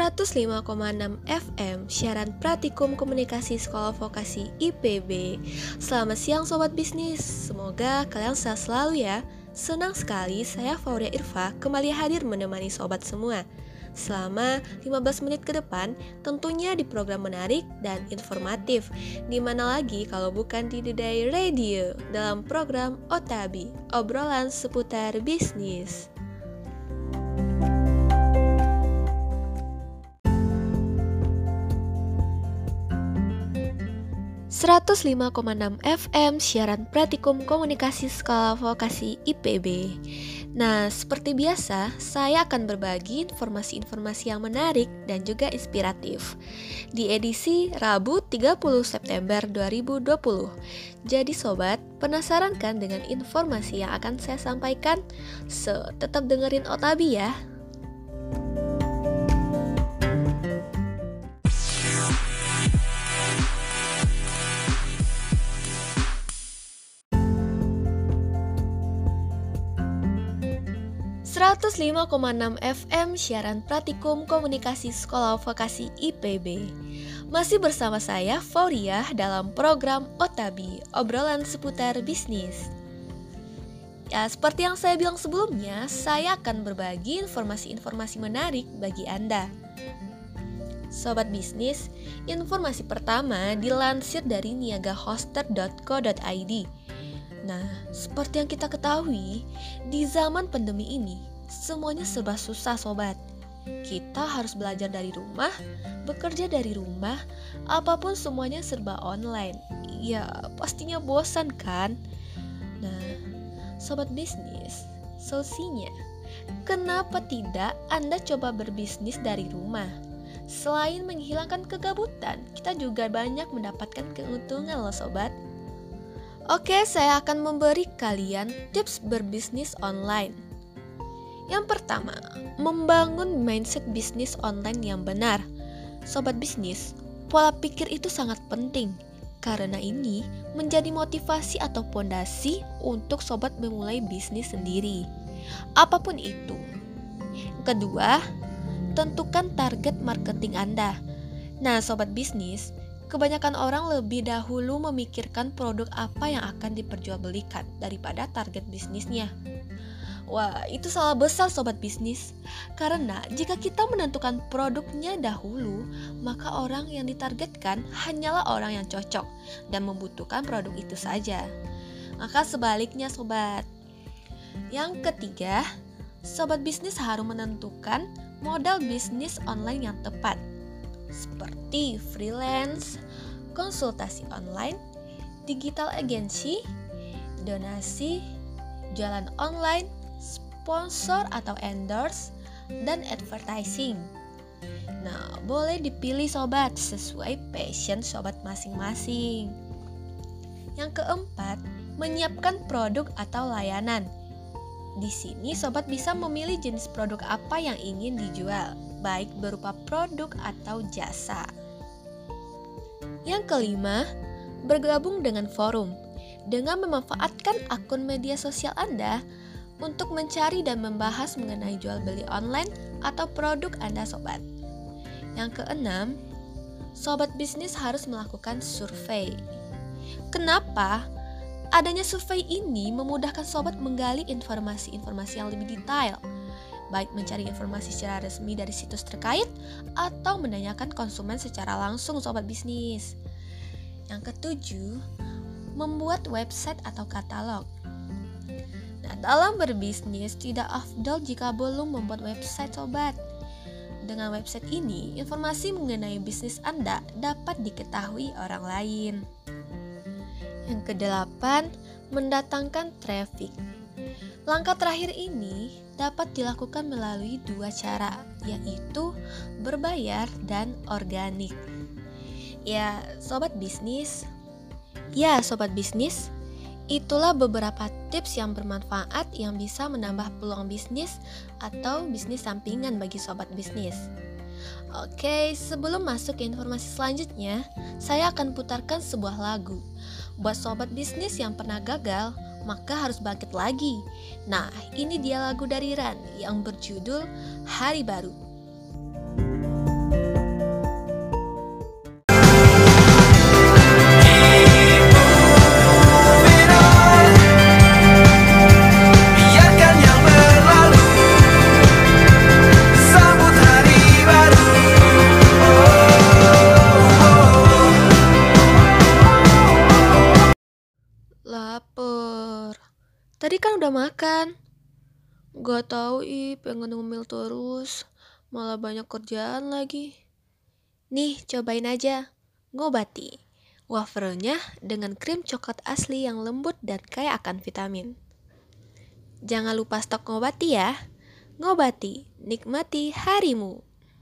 105,6 FM Siaran Praktikum Komunikasi Sekolah Vokasi IPB. Selamat siang Sobat Bisnis, semoga kalian sehat selalu ya. Senang sekali saya Fauria Irfa kembali hadir menemani Sobat semua selama 15 menit ke depan, tentunya di program menarik dan informatif. Dimana lagi kalau bukan di The Day Radio dalam program Otabi, obrolan seputar bisnis. 105,6 FM Siaran Praktikum Komunikasi Sekolah Vokasi IPB. Nah, seperti biasa, saya akan berbagi informasi-informasi yang menarik dan juga inspiratif di edisi Rabu 30 September 2020. Jadi sobat, penasaran kan dengan informasi yang akan saya sampaikan? So, tetap dengerin Otabi ya. (105,6 FM Siaran Praktikum Komunikasi Sekolah Vokasi IPB). Masih bersama saya Fauria dalam program Otabi, obrolan seputar bisnis. Ya, seperti yang saya bilang sebelumnya, saya akan berbagi informasi-informasi menarik bagi Anda. Sobat bisnis, informasi pertama dilansir dari niagahoster.co.id. Nah, seperti yang kita ketahui, di zaman pandemi ini, semuanya serba susah sobat. Kita harus belajar dari rumah, bekerja dari rumah, apapun semuanya serba online. Ya, pastinya bosan kan? Nah, sobat bisnis, solusinya, kenapa tidak Anda coba berbisnis dari rumah? Selain menghilangkan kegabutan, kita juga banyak mendapatkan keuntungan loh sobat. Oke, saya akan memberi kalian tips berbisnis online. Yang pertama, membangun mindset bisnis online yang benar. Sobat bisnis, pola pikir itu sangat penting karena ini menjadi motivasi atau pondasi untuk sobat memulai bisnis sendiri. Apapun itu. Kedua, tentukan target marketing Anda. Nah, sobat bisnis, kebanyakan orang lebih dahulu memikirkan produk apa yang akan diperjualbelikan daripada target bisnisnya. Wah, itu salah besar sobat bisnis. Karena jika kita menentukan produknya dahulu, maka orang yang ditargetkan hanyalah orang yang cocok dan membutuhkan produk itu saja. Maka sebaliknya sobat. Yang ketiga, sobat bisnis harus menentukan modal bisnis online yang tepat, seperti freelance, konsultasi online, digital agency, donasi, jualan online, sponsor atau endorse, dan advertising. Nah, boleh dipilih sobat sesuai passion sobat masing-masing. Yang keempat, menyiapkan produk atau layanan. Di sini sobat bisa memilih jenis produk apa yang ingin dijual, baik berupa produk atau jasa. Yang kelima, bergabung dengan forum dengan memanfaatkan akun media sosial Anda untuk mencari dan membahas mengenai jual beli online atau produk Anda sobat. Yang keenam, sobat bisnis harus melakukan survei. Kenapa? Adanya survei ini memudahkan sobat menggali informasi-informasi yang lebih detail, baik mencari informasi secara resmi dari situs terkait atau menanyakan konsumen secara langsung sobat bisnis. Yang ketujuh, membuat website atau katalog. Nah, dalam berbisnis tidak afdol jika belum membuat website sobat. Dengan website ini, informasi mengenai bisnis Anda dapat diketahui orang lain. Yang kedelapan, mendatangkan traffic. Langkah terakhir ini dapat dilakukan melalui dua cara, yaitu berbayar dan organik. Ya, sobat bisnis. Itulah beberapa tips yang bermanfaat yang bisa menambah peluang bisnis atau bisnis sampingan bagi sobat bisnis. Oke, sebelum masuk ke informasi selanjutnya, saya akan putarkan sebuah lagu. Buat sobat bisnis yang pernah gagal, maka harus bangkit lagi. Nah, ini dia lagu dari Ran yang berjudul Hari Baru. Laper. Tadi kan udah makan. Gak tahu pengen ngemil terus. Malah banyak kerjaan lagi. Nih, cobain aja. Ngobati. Wafernya dengan krim coklat asli yang lembut dan kaya akan vitamin. Jangan lupa stok Ngobati ya. Ngobati, nikmati harimu.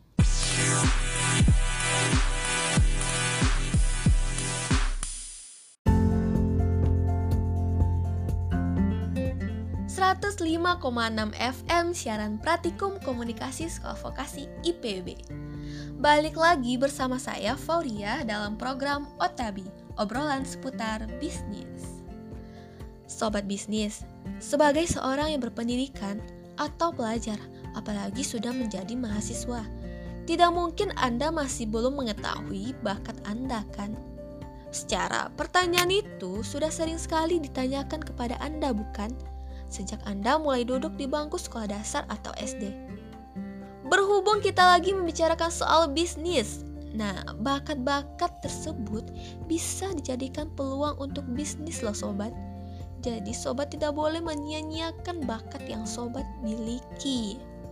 .6 FM siaran Pratikum Komunikasi Sekolah Vokasi IPB. Balik lagi bersama saya Fauria dalam program Otabi, obrolan seputar bisnis. Sobat bisnis, sebagai seorang yang berpendidikan atau pelajar, apalagi sudah menjadi mahasiswa, tidak mungkin Anda masih belum mengetahui bakat Anda kan? Secara pertanyaan itu sudah sering sekali ditanyakan kepada Anda bukan? Sejak Anda mulai duduk di bangku sekolah dasar atau SD. Berhubung kita lagi membicarakan soal bisnis, nah bakat-bakat tersebut bisa dijadikan peluang untuk bisnis loh sobat. Jadi sobat tidak boleh menyia-nyiakan bakat yang sobat miliki.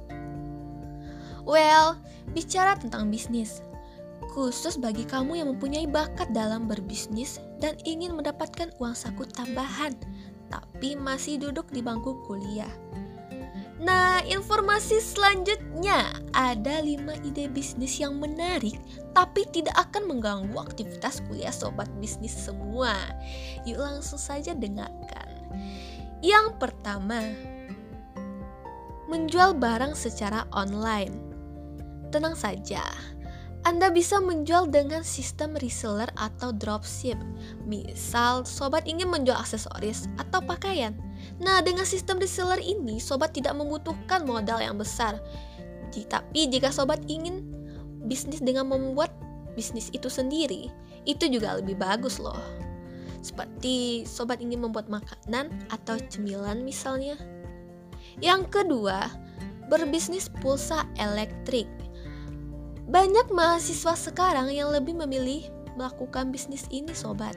Well, bicara tentang bisnis, khusus bagi kamu yang mempunyai bakat dalam berbisnis dan ingin mendapatkan uang saku tambahan, tapi masih duduk di bangku kuliah. Nah, informasi selanjutnya, ada 5 ide bisnis yang menarik tapi tidak akan mengganggu aktivitas kuliah sobat bisnis semua. Yuk langsung saja dengarkan. Yang pertama, menjual barang secara online. Tenang saja, Anda bisa menjual dengan sistem reseller atau dropship. Misal, sobat ingin menjual aksesoris atau pakaian. Nah, dengan sistem reseller ini, sobat tidak membutuhkan modal yang besar. Tapi jika sobat ingin bisnis dengan membuat bisnis itu sendiri, itu juga lebih bagus loh. Seperti sobat ingin membuat makanan atau cemilan misalnya. Yang kedua, berbisnis pulsa elektrik. Banyak mahasiswa sekarang yang lebih memilih melakukan bisnis ini sobat.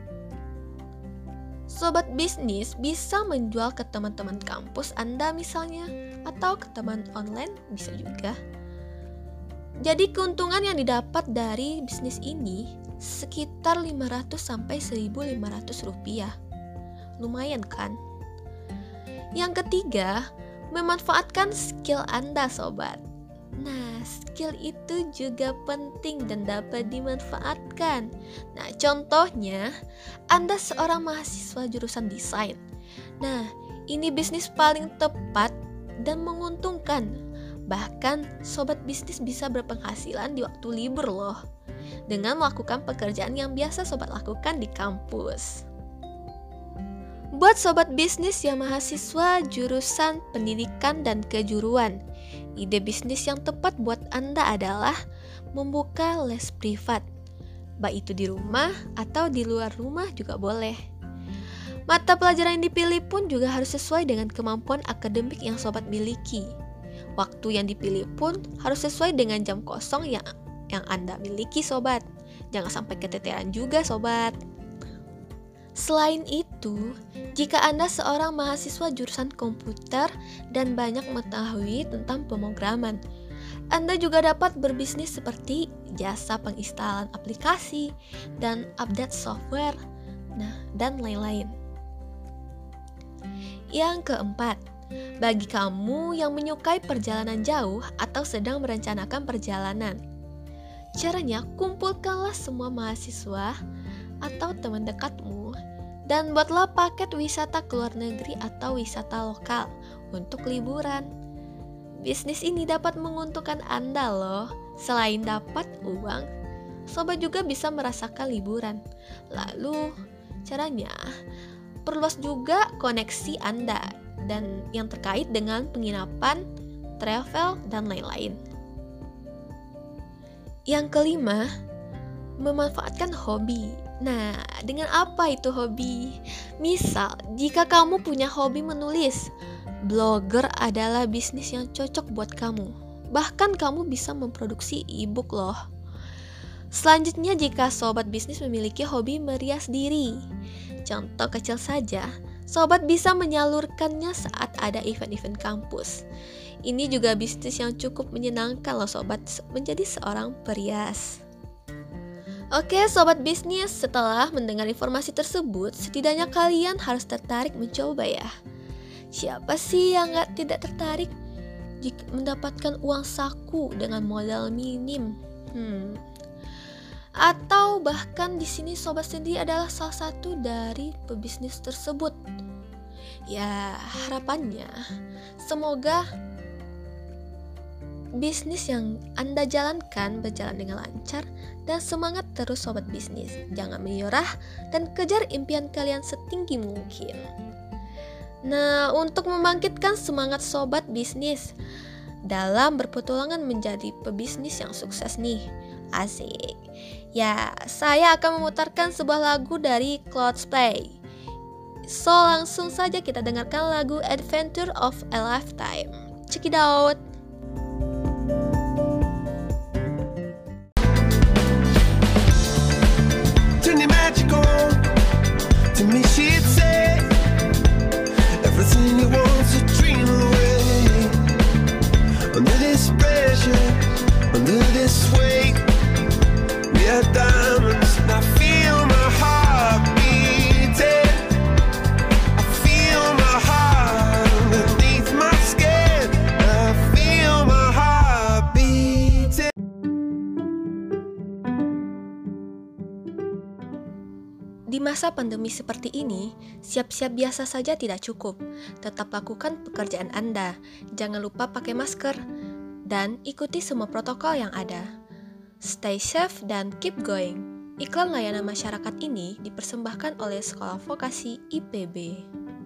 Sobat bisnis bisa menjual ke teman-teman kampus Anda misalnya, atau ke teman online bisa juga. Jadi keuntungan yang didapat dari bisnis ini sekitar 500 sampai 1.500 rupiah. Lumayan kan? Yang ketiga, memanfaatkan skill Anda sobat. Nah, skill itu juga penting dan dapat dimanfaatkan. Nah, contohnya, Anda seorang mahasiswa jurusan desain. Nah, ini bisnis paling tepat dan menguntungkan. Bahkan, sobat bisnis bisa berpenghasilan di waktu libur loh, dengan melakukan pekerjaan yang biasa sobat lakukan di kampus. Buat sobat bisnis yang mahasiswa jurusan pendidikan dan kejuruan, ide bisnis yang tepat buat Anda adalah membuka les privat. Baik itu di rumah atau di luar rumah juga boleh. Mata pelajaran yang dipilih pun juga harus sesuai dengan kemampuan akademik yang sobat miliki. Waktu yang dipilih pun harus sesuai dengan jam kosong yang Anda miliki sobat. Jangan sampai keteteran juga sobat. Selain itu, jika Anda seorang mahasiswa jurusan komputer dan banyak mengetahui tentang pemrograman, Anda juga dapat berbisnis seperti jasa penginstalan aplikasi dan update software, dan lain-lain. Yang keempat, bagi kamu yang menyukai perjalanan jauh atau sedang merencanakan perjalanan, caranya kumpulkanlah semua mahasiswa atau teman dekatmu dan buatlah paket wisata ke luar negeri atau wisata lokal untuk liburan. Bisnis ini dapat menguntungkan Anda loh. Selain dapat uang, sobat juga bisa merasakan liburan. Lalu caranya, perluas juga koneksi Anda dan yang terkait dengan penginapan, travel, dan lain-lain. Yang kelima, memanfaatkan hobi. Nah, dengan apa itu hobi? Misal, jika kamu punya hobi menulis, blogger adalah bisnis yang cocok buat kamu. Bahkan kamu bisa memproduksi e-book loh. Selanjutnya, jika sobat bisnis memiliki hobi merias diri. Contoh kecil saja, sobat bisa menyalurkannya saat ada event-event kampus. Ini juga bisnis yang cukup menyenangkan loh sobat, menjadi seorang perias. Oke sobat bisnis, setelah mendengar informasi tersebut, setidaknya kalian harus tertarik mencoba ya. Siapa sih yang tidak tertarik jika mendapatkan uang saku dengan modal minim? Atau bahkan di sini sobat sendiri adalah salah satu dari pebisnis tersebut. Ya, harapannya semoga bisnis yang Anda jalankan berjalan dengan lancar dan semangat terus sobat bisnis. Jangan menyerah dan kejar impian kalian setinggi mungkin. Nah, untuk membangkitkan semangat sobat bisnis dalam berpetualangan menjadi pebisnis yang sukses nih. Asik. Ya, saya akan memutarkan sebuah lagu dari Coldplay. So, langsung saja kita dengarkan lagu Adventure of a Lifetime. Check it out. To me she'd say everything you want to dream away. Under this pressure, under this weight, we are diamonds and I feel my heart beating. I feel my heart underneath my skin. I feel my heart beating. Di masa pandemi seperti ini, siap-siap biasa saja tidak cukup. Tetap lakukan pekerjaan Anda. Jangan lupa pakai masker dan ikuti semua protokol yang ada. Stay safe dan keep going. Iklan layanan masyarakat ini dipersembahkan oleh Sekolah Vokasi IPB.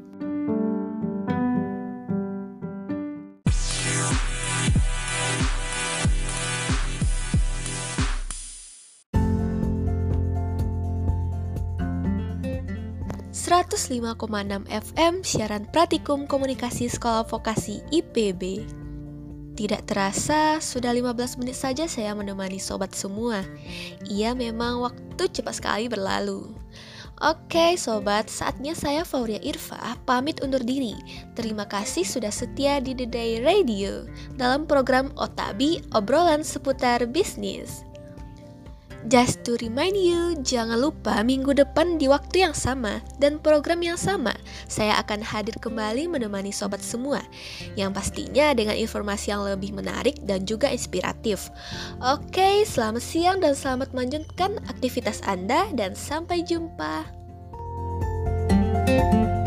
...105,6 FM siaran Pratikum Komunikasi Sekolah Vokasi IPB. Tidak terasa, sudah 15 menit saja saya menemani sobat semua. Iya memang waktu cepat sekali berlalu. Oke sobat, saatnya saya Fauria Irfa pamit undur diri. Terima kasih sudah setia di The Day Radio dalam program Otabi, obrolan seputar bisnis. Just to remind you, jangan lupa minggu depan di waktu yang sama dan program yang sama, saya akan hadir kembali menemani sobat semua, yang pastinya dengan informasi yang lebih menarik dan juga inspiratif. Oke, selamat siang dan selamat melanjutkan aktivitas Anda dan sampai jumpa.